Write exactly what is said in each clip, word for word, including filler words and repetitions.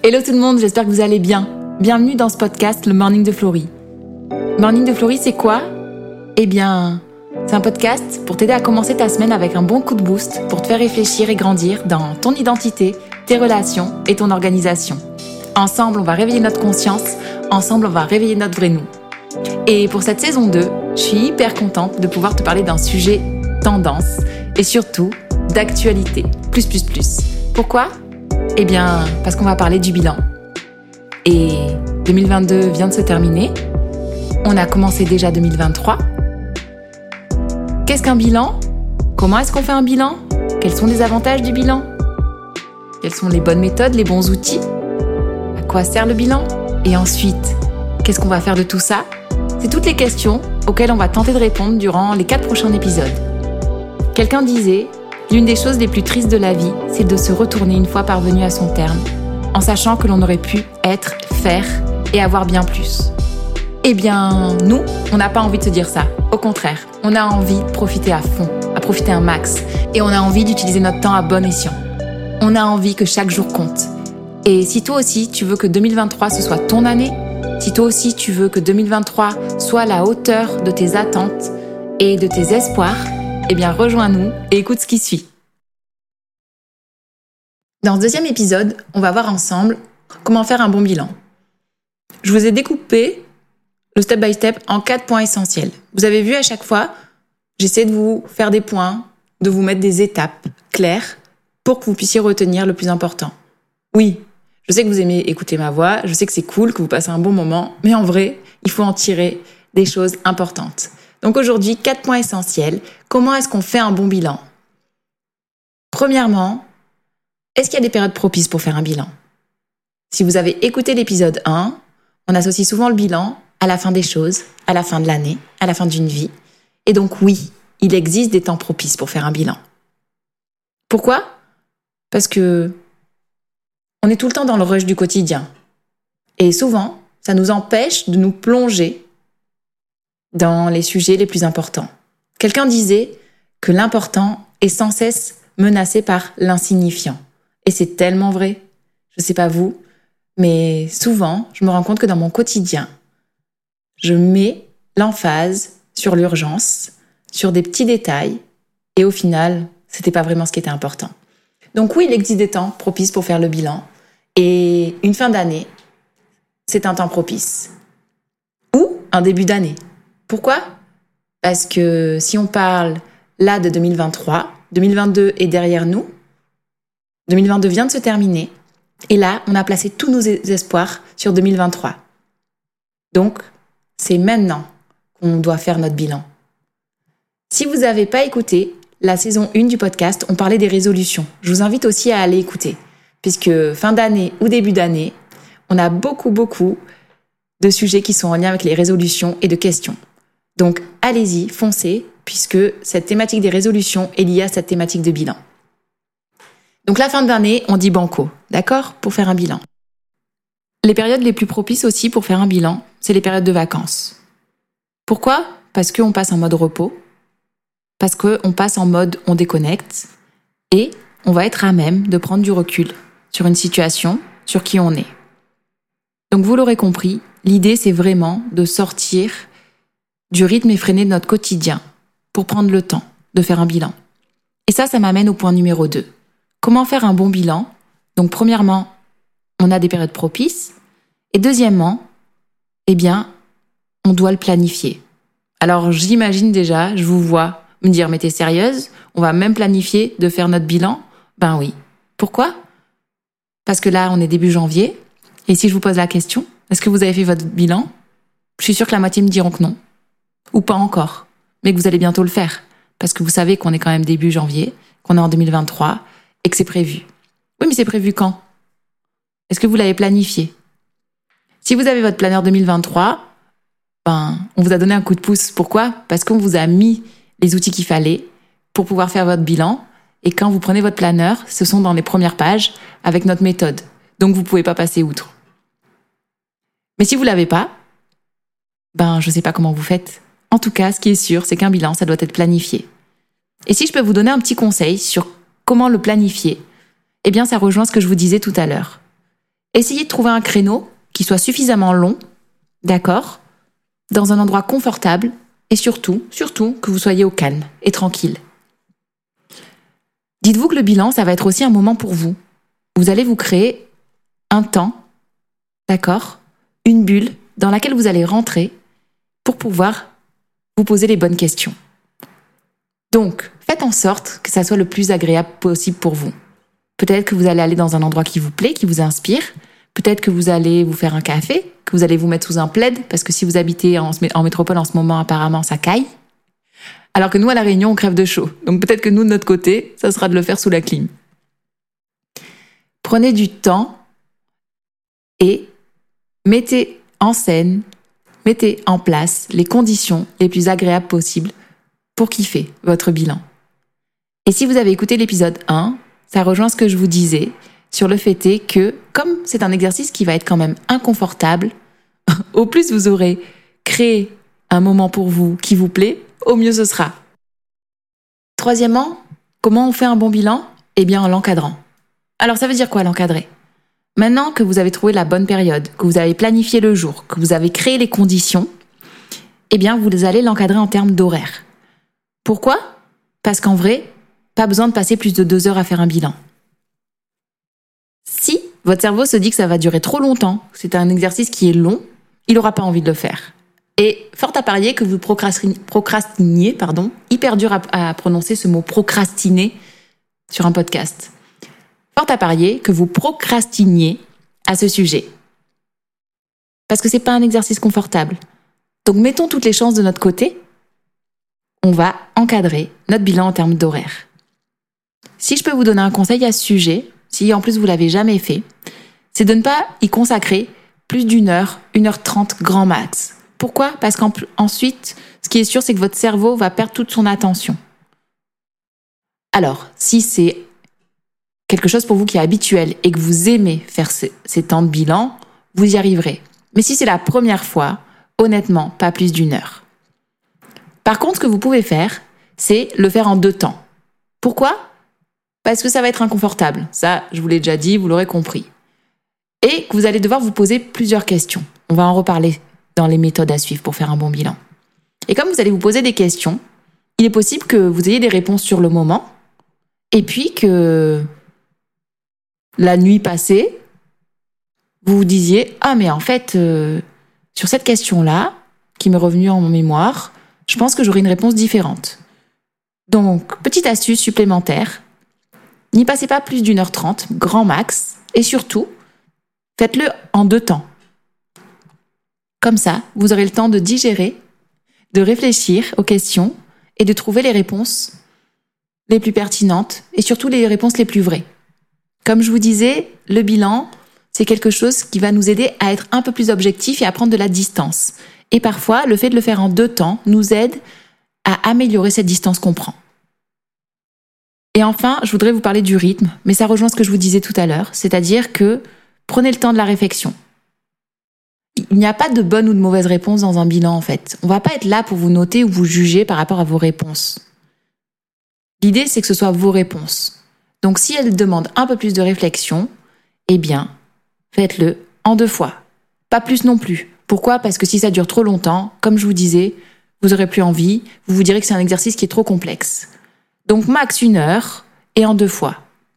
Hello tout le monde, j'espère que vous allez bien. Bienvenue dans ce podcast, le Morning de Florie. Morning de Florie, c'est quoi ? Eh bien, c'est un podcast pour t'aider à commencer ta semaine avec un bon coup de boost pour te faire réfléchir et grandir dans ton identité, tes relations et ton organisation. Ensemble, on va réveiller notre conscience. Ensemble, on va réveiller notre vrai nous. Et pour cette saison deux, je suis hyper contente de pouvoir te parler d'un sujet tendance et surtout d'actualité. Plus, plus, plus. Pourquoi ? Eh bien, parce qu'on va parler du bilan. Et deux mille vingt-deux vient de se terminer. On a commencé déjà deux mille vingt-trois. Qu'est-ce qu'un bilan ? Comment est-ce qu'on fait un bilan ? Quels sont les avantages du bilan ? Quelles sont les bonnes méthodes, les bons outils ? À quoi sert le bilan ? Et ensuite, qu'est-ce qu'on va faire de tout ça ? C'est toutes les questions auxquelles on va tenter de répondre durant les quatre prochains épisodes. Quelqu'un disait, l'une des choses les plus tristes de la vie, c'est de se retourner une fois parvenu à son terme, en sachant que l'on aurait pu être, faire et avoir bien plus. Eh bien, nous, on n'a pas envie de se dire ça. Au contraire, on a envie de profiter à fond, à profiter un max. Et on a envie d'utiliser notre temps à bon escient. On a envie que chaque jour compte. Et si toi aussi, tu veux que deux mille vingt-trois, ce soit ton année, si toi aussi, tu veux que deux mille vingt-trois soit à la hauteur de tes attentes et de tes espoirs, eh bien, rejoins-nous et écoute ce qui suit. Dans ce deuxième épisode, on va voir ensemble comment faire un bon bilan. Je vous ai découpé le step by step en quatre points essentiels. Vous avez vu à chaque fois, j'essaie de vous faire des points, de vous mettre des étapes claires pour que vous puissiez retenir le plus important. Oui, je sais que vous aimez écouter ma voix, je sais que c'est cool, que vous passez un bon moment, mais en vrai, il faut en tirer des choses importantes. Donc aujourd'hui, quatre points essentiels. Comment est-ce qu'on fait un bon bilan ? Premièrement, est-ce qu'il y a des périodes propices pour faire un bilan ? Si vous avez écouté l'épisode un, on associe souvent le bilan à la fin des choses, à la fin de l'année, à la fin d'une vie. Et donc oui, il existe des temps propices pour faire un bilan. Pourquoi ? Parce que on est tout le temps dans le rush du quotidien. Et souvent, ça nous empêche de nous plonger dans les sujets les plus importants. Quelqu'un disait que l'important est sans cesse menacé par l'insignifiant. Et c'est tellement vrai. Je sais pas vous, mais souvent, je me rends compte que dans mon quotidien, je mets l'emphase sur l'urgence, sur des petits détails, et au final, c'était pas vraiment ce qui était important. Donc oui, il existe des temps propices pour faire le bilan, et une fin d'année, c'est un temps propice. Ou un début d'année. Pourquoi ? Parce que si on parle là de deux mille vingt-trois, deux mille vingt-deux est derrière nous, deux mille vingt-deux vient de se terminer, et là, on a placé tous nos espoirs sur deux mille vingt-trois. Donc, c'est maintenant qu'on doit faire notre bilan. Si vous n'avez pas écouté la saison un du podcast, on parlait des résolutions. Je vous invite aussi à aller écouter, puisque fin d'année ou début d'année, on a beaucoup, beaucoup de sujets qui sont en lien avec les résolutions et de questions. Donc, allez-y, foncez, puisque cette thématique des résolutions est liée à cette thématique de bilan. Donc, la fin d'année, on dit banco, d'accord ? Pour faire un bilan. Les périodes les plus propices aussi pour faire un bilan, c'est les périodes de vacances. Pourquoi ? Parce qu'on passe en mode repos, parce qu'on passe en mode on déconnecte, et on va être à même de prendre du recul sur une situation, sur qui on est. Donc, vous l'aurez compris, l'idée, c'est vraiment de sortir du rythme effréné de notre quotidien pour prendre le temps de faire un bilan. Et ça, ça m'amène au point numéro deux. Comment faire un bon bilan ? Donc, premièrement, on a des périodes propices. Et deuxièmement, eh bien, on doit le planifier. Alors, j'imagine déjà, je vous vois me dire, mais t'es sérieuse ? On va même planifier de faire notre bilan ? Ben oui. Pourquoi ? Parce que là, on est début janvier. Et si je vous pose la question, est-ce que vous avez fait votre bilan ? Je suis sûre que la moitié me diront que non. Ou pas encore, mais que vous allez bientôt le faire, parce que vous savez qu'on est quand même début janvier, qu'on est en deux mille vingt-trois, et que c'est prévu. Oui, mais c'est prévu quand ? Est-ce que vous l'avez planifié ? Si vous avez votre planeur deux mille vingt-trois, ben, on vous a donné un coup de pouce. Pourquoi ? Parce qu'on vous a mis les outils qu'il fallait pour pouvoir faire votre bilan, et quand vous prenez votre planeur, ce sont dans les premières pages, avec notre méthode. Donc vous pouvez pas passer outre. Mais si vous l'avez pas, ben, je sais pas comment vous faites. En tout cas, ce qui est sûr, c'est qu'un bilan, ça doit être planifié. Et si je peux vous donner un petit conseil sur comment le planifier, eh bien, ça rejoint ce que je vous disais tout à l'heure. Essayez de trouver un créneau qui soit suffisamment long, d'accord, dans un endroit confortable et surtout, surtout que vous soyez au calme et tranquille. Dites-vous que le bilan, ça va être aussi un moment pour vous. Vous allez vous créer un temps, d'accord, une bulle dans laquelle vous allez rentrer pour pouvoir vous poser les bonnes questions. Donc, faites en sorte que ça soit le plus agréable possible pour vous. Peut-être que vous allez aller dans un endroit qui vous plaît, qui vous inspire. Peut-être que vous allez vous faire un café, que vous allez vous mettre sous un plaid, parce que si vous habitez en, en métropole en ce moment, apparemment, ça caille. Alors que nous, à La Réunion, on crève de chaud. Donc peut-être que nous, de notre côté, ça sera de le faire sous la clim. Prenez du temps et mettez en scène, mettez en place les conditions les plus agréables possibles pour kiffer votre bilan. Et si vous avez écouté l'épisode un, ça rejoint ce que je vous disais sur le fait est que, comme c'est un exercice qui va être quand même inconfortable, au plus vous aurez créé un moment pour vous qui vous plaît, au mieux ce sera. Troisièmement, comment on fait un bon bilan ? Eh bien, en l'encadrant. Alors, ça veut dire quoi, l'encadrer ? Maintenant que vous avez trouvé la bonne période, que vous avez planifié le jour, que vous avez créé les conditions, eh bien, vous allez l'encadrer en termes d'horaire. Pourquoi ? Parce qu'en vrai, pas besoin de passer plus de deux heures à faire un bilan. Si votre cerveau se dit que ça va durer trop longtemps, que c'est un exercice qui est long, il n'aura pas envie de le faire. Et fort à parier que vous procrastiniez, procrastiniez, pardon, hyper dur à, à prononcer ce mot procrastiner sur un podcast. Fort à parier que vous procrastiniez à ce sujet. Parce que c'est pas un exercice confortable. Donc mettons toutes les chances de notre côté. On va encadrer notre bilan en termes d'horaire. Si je peux vous donner un conseil à ce sujet, si en plus vous l'avez jamais fait, c'est de ne pas y consacrer plus d'une heure, une heure trente grand max. Pourquoi ? Parce qu'ensuite, ce qui est sûr, c'est que votre cerveau va perdre toute son attention. Alors, si c'est quelque chose pour vous qui est habituel et que vous aimez faire ces, ces temps de bilan, vous y arriverez. Mais si c'est la première fois, honnêtement, pas plus d'une heure. Par contre, ce que vous pouvez faire, c'est le faire en deux temps. Pourquoi ? Parce que ça va être inconfortable. Ça, je vous l'ai déjà dit, vous l'aurez compris. Et que vous allez devoir vous poser plusieurs questions. On va en reparler dans les méthodes à suivre pour faire un bon bilan. Et comme vous allez vous poser des questions, il est possible que vous ayez des réponses sur le moment, et puis que la nuit passée, vous vous disiez « Ah, mais en fait, euh, sur cette question-là, qui m'est revenue en mémoire, je pense que j'aurai une réponse différente. » Donc, petite astuce supplémentaire, n'y passez pas plus d'une heure trente, grand max, et surtout, faites-le en deux temps. Comme ça, vous aurez le temps de digérer, de réfléchir aux questions et de trouver les réponses les plus pertinentes et surtout les réponses les plus vraies. Comme je vous disais, le bilan, c'est quelque chose qui va nous aider à être un peu plus objectif et à prendre de la distance. Et parfois, le fait de le faire en deux temps nous aide à améliorer cette distance qu'on prend. Et enfin, je voudrais vous parler du rythme, mais ça rejoint ce que je vous disais tout à l'heure, c'est-à-dire que prenez le temps de la réflexion. Il n'y a pas de bonne ou de mauvaise réponse dans un bilan, en fait. On ne va pas être là pour vous noter ou vous juger par rapport à vos réponses. L'idée, c'est que ce soit vos réponses. Donc, si elles demandent un peu plus de réflexion, eh bien, faites-le en deux fois. Pas plus non plus. Pourquoi ? Parce que si ça dure trop longtemps, comme je vous disais, vous n'aurez plus envie, vous vous direz que c'est un exercice qui est trop complexe. Donc, max une heure et en deux fois.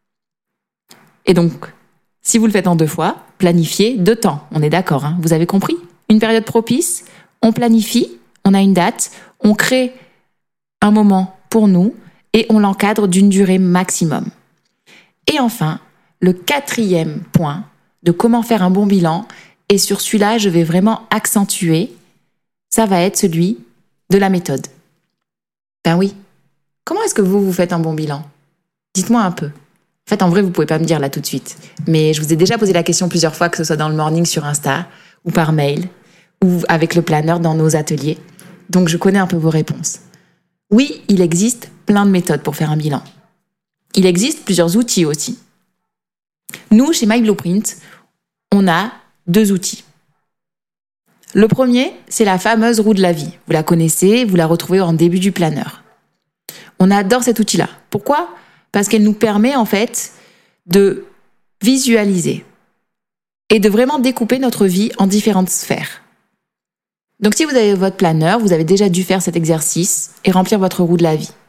Et donc, si vous le faites en deux fois, planifiez deux temps. On est d'accord, hein ? Vous avez compris ? Une période propice, on planifie, on a une date, on crée un moment pour nous et on l'encadre d'une durée maximum. Et enfin, le quatrième point de comment faire un bon bilan, et sur celui-là, je vais vraiment accentuer, ça va être celui de la méthode. Ben oui. Comment est-ce que vous, vous faites un bon bilan ? Dites-moi un peu. En fait, en vrai, vous pouvez pas me dire là tout de suite. Mais je vous ai déjà posé la question plusieurs fois, que ce soit dans le morning sur Insta, ou par mail, ou avec le planeur dans nos ateliers. Donc, je connais un peu vos réponses. Oui, il existe plein de méthodes pour faire un bilan. Il existe plusieurs outils aussi. Nous, chez My Blueprint, on a deux outils. Le premier, c'est la fameuse roue de la vie. Vous la connaissez, vous la retrouvez en début du planeur. On adore cet outil-là. Pourquoi ? Parce qu'elle nous permet en fait de visualiser et de vraiment découper notre vie en différentes sphères. Donc si vous avez votre planeur, vous avez déjà dû faire cet exercice et remplir votre roue de la vie.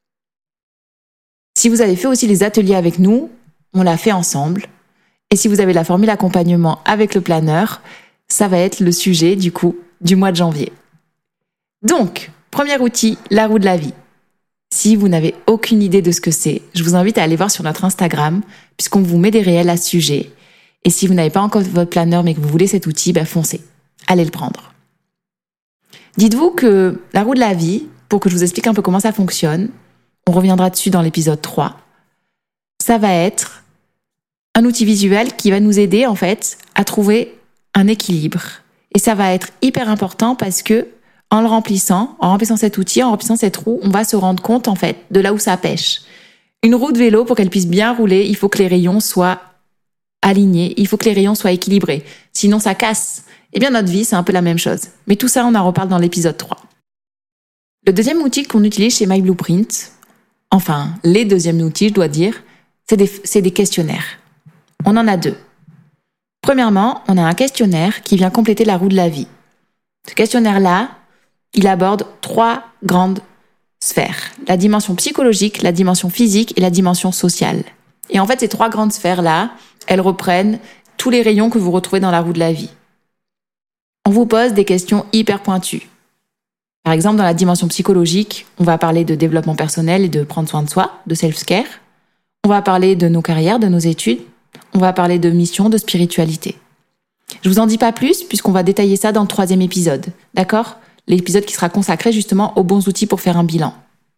Si vous avez fait aussi les ateliers avec nous, on l'a fait ensemble. Et si vous avez la formule accompagnement avec le planeur, ça va être le sujet du coup du mois de janvier. Donc, premier outil, la roue de la vie. Si vous n'avez aucune idée de ce que c'est, je vous invite à aller voir sur notre Instagram, puisqu'on vous met des réels à ce sujet. Et si vous n'avez pas encore votre planeur mais que vous voulez cet outil, ben foncez, allez le prendre. Dites-vous que la roue de la vie, pour que je vous explique un peu comment ça fonctionne, on reviendra dessus dans l'épisode trois, ça va être un outil visuel qui va nous aider en fait à trouver un équilibre. Et ça va être hyper important parce que en le remplissant, en remplissant cet outil, en remplissant cette roue, on va se rendre compte en fait de là où ça pêche. Une roue de vélo, pour qu'elle puisse bien rouler, il faut que les rayons soient alignés, il faut que les rayons soient équilibrés. Sinon ça casse. Eh bien notre vie, c'est un peu la même chose. Mais tout ça, on en reparle dans l'épisode trois. Le deuxième outil qu'on utilise chez MyBlueprint, enfin les deuxièmes outils, je dois dire, c'est des, c'est des questionnaires. On en a deux. Premièrement, on a un questionnaire qui vient compléter la roue de la vie. Ce questionnaire-là, il aborde trois grandes sphères. La dimension psychologique, la dimension physique et la dimension sociale. Et en fait, ces trois grandes sphères-là, elles reprennent tous les rayons que vous retrouvez dans la roue de la vie. On vous pose des questions hyper pointues. Par exemple, dans la dimension psychologique, on va parler de développement personnel et de prendre soin de soi, de self-care. On va parler de nos carrières, de nos études. On va parler de mission, de spiritualité. Je vous en dis pas plus puisqu'on va détailler ça dans le troisième épisode, d'accord ? L'épisode qui sera consacré justement aux bons outils pour faire un bilan.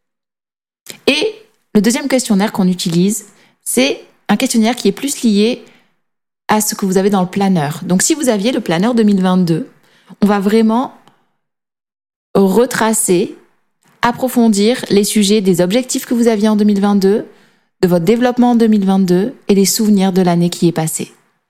Et le deuxième questionnaire qu'on utilise, c'est un questionnaire qui est plus lié à ce que vous avez dans le planeur. Donc si vous aviez le planeur deux mille vingt-deux, on va vraiment retracer, approfondir les sujets des objectifs que vous aviez en deux mille vingt-deux, de votre développement en deux mille vingt-deux et des souvenirs de l'année qui est passée.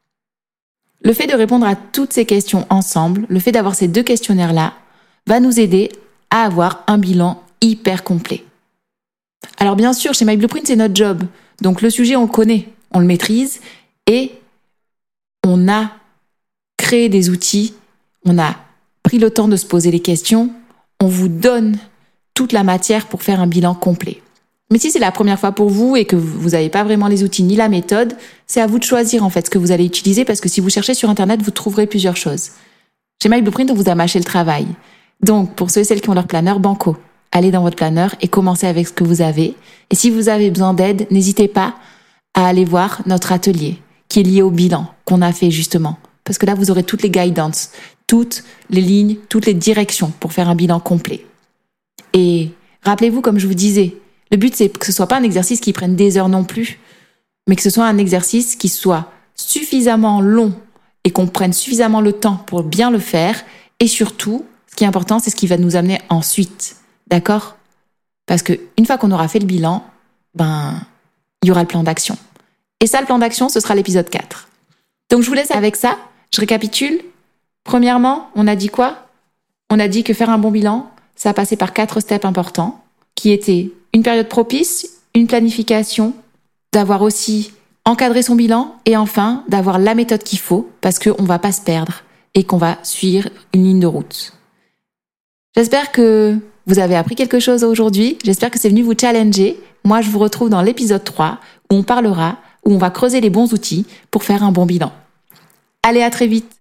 Le fait de répondre à toutes ces questions ensemble, le fait d'avoir ces deux questionnaires-là, va nous aider à avoir un bilan hyper complet. Alors bien sûr, chez MyBlueprint, c'est notre job. Donc le sujet, on le connaît, on le maîtrise et on a créé des outils, on a pris le temps de se poser les questions, on vous donne toute la matière pour faire un bilan complet. Mais si c'est la première fois pour vous et que vous n'avez pas vraiment les outils ni la méthode, c'est à vous de choisir en fait ce que vous allez utiliser parce que si vous cherchez sur Internet, vous trouverez plusieurs choses. Chez MyBlueprint, on vous a mâché le travail. Donc, pour ceux et celles qui ont leur planeur, banco. Allez dans votre planeur et commencez avec ce que vous avez. Et si vous avez besoin d'aide, n'hésitez pas à aller voir notre atelier qui est lié au bilan qu'on a fait justement. Parce que là, vous aurez toutes les guidances, toutes les lignes, toutes les directions pour faire un bilan complet. Et rappelez-vous, comme je vous disais, le but, c'est que ce soit pas un exercice qui prenne des heures non plus, mais que ce soit un exercice qui soit suffisamment long et qu'on prenne suffisamment le temps pour bien le faire. Et surtout, ce qui est important, c'est ce qui va nous amener ensuite. D'accord ? Parce que une fois qu'on aura fait le bilan, ben, il y aura le plan d'action. Et ça, le plan d'action, ce sera l'épisode quatre. Donc, je vous laisse avec ça. Je récapitule. Premièrement, on a dit quoi ? On a dit que faire un bon bilan, ça a passé par quatre steps importants, qui étaient une période propice, une planification, d'avoir aussi encadré son bilan et enfin d'avoir la méthode qu'il faut parce qu'on ne va pas se perdre et qu'on va suivre une ligne de route. J'espère que vous avez appris quelque chose aujourd'hui. J'espère que c'est venu vous challenger. Moi, je vous retrouve dans l'épisode trois où on parlera, où on va creuser les bons outils pour faire un bon bilan. Allez, à très vite.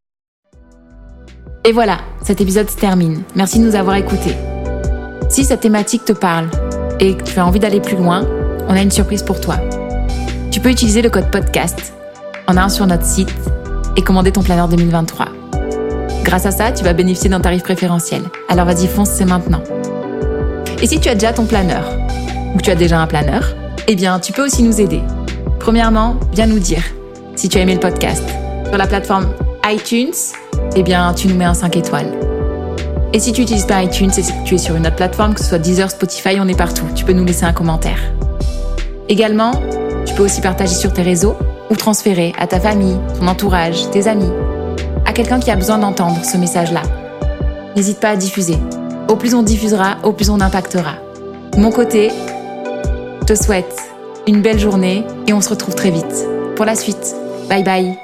Et voilà, cet épisode se termine. Merci de nous avoir écoutés. Si cette thématique te parle et que tu as envie d'aller plus loin, on a une surprise pour toi. Tu peux utiliser le code podcast en allant sur notre site et commander ton planeur deux mille vingt-trois. Grâce à ça, tu vas bénéficier d'un tarif préférentiel. Alors vas-y, fonce, c'est maintenant. Et si tu as déjà ton planeur ou que tu as déjà un planeur, eh bien, tu peux aussi nous aider. Premièrement, viens nous dire si tu as aimé le podcast. Sur la plateforme iTunes, eh bien, tu nous mets un cinq étoiles. Et si tu n'utilises pas iTunes et que tu es sur une autre plateforme, que ce soit Deezer, Spotify, on est partout. Tu peux nous laisser un commentaire. Également, tu peux aussi partager sur tes réseaux ou transférer à ta famille, ton entourage, tes amis, à quelqu'un qui a besoin d'entendre ce message-là. N'hésite pas à diffuser. Au plus on diffusera, au plus on impactera. De mon côté, je te souhaite une belle journée et on se retrouve très vite pour la suite. Bye bye.